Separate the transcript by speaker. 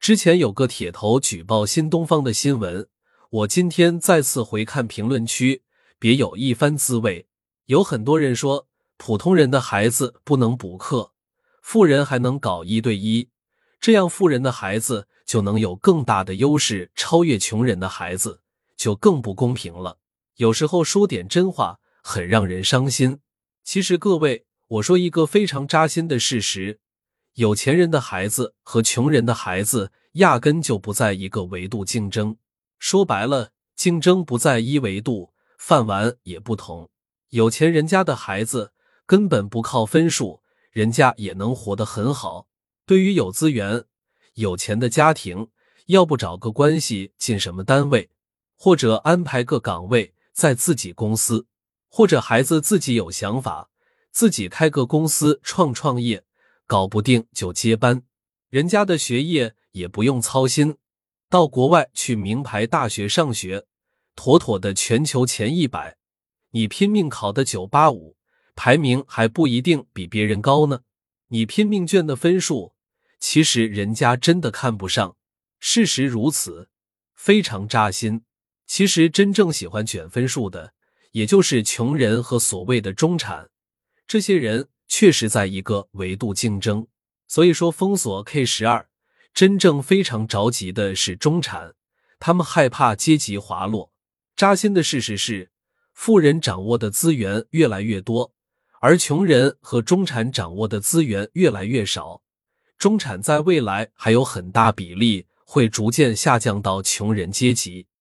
Speaker 1: 之前有个帖头举报新东方的新闻，我今天再次回看评论区，别有一番滋味。有很多人说，普通人的孩子不能补课，富人还能搞1对1，这样富人的孩子就能有更大的优势，超越穷人的孩子，就更不公平了。有时候说点真话，很让人伤心。其实各位，我说一个非常扎心的事实，有钱人的孩子和穷人的孩子压根就不在一个维度竞争。说白了，竞争不在一维度，饭碗也不同。有钱人家的孩子根本不靠分数，人家也能活得很好。对于有资源、有钱的家庭，要不找个关系进什么单位，或者安排个岗位在自己公司，或者孩子自己有想法，自己开个公司创业，搞不定就接班，人家的学业也不用操心，到国外去名牌大学上学，妥妥的全球前100。你拼命考的985，排名还不一定比别人高呢。你拼命卷的分数，其实人家真的看不上。事实如此，非常扎心。其实真正喜欢卷分数的，也就是穷人和所谓的中产。这些人确实在一个维度竞争。所以说封锁 K12， 真正非常着急的是中产，他们害怕阶级滑落。扎心的事实是，富人掌握的资源越来越多，而穷人和中产掌握的资源越来越少。中产在未来还有很大比例会逐渐下降到穷人阶级。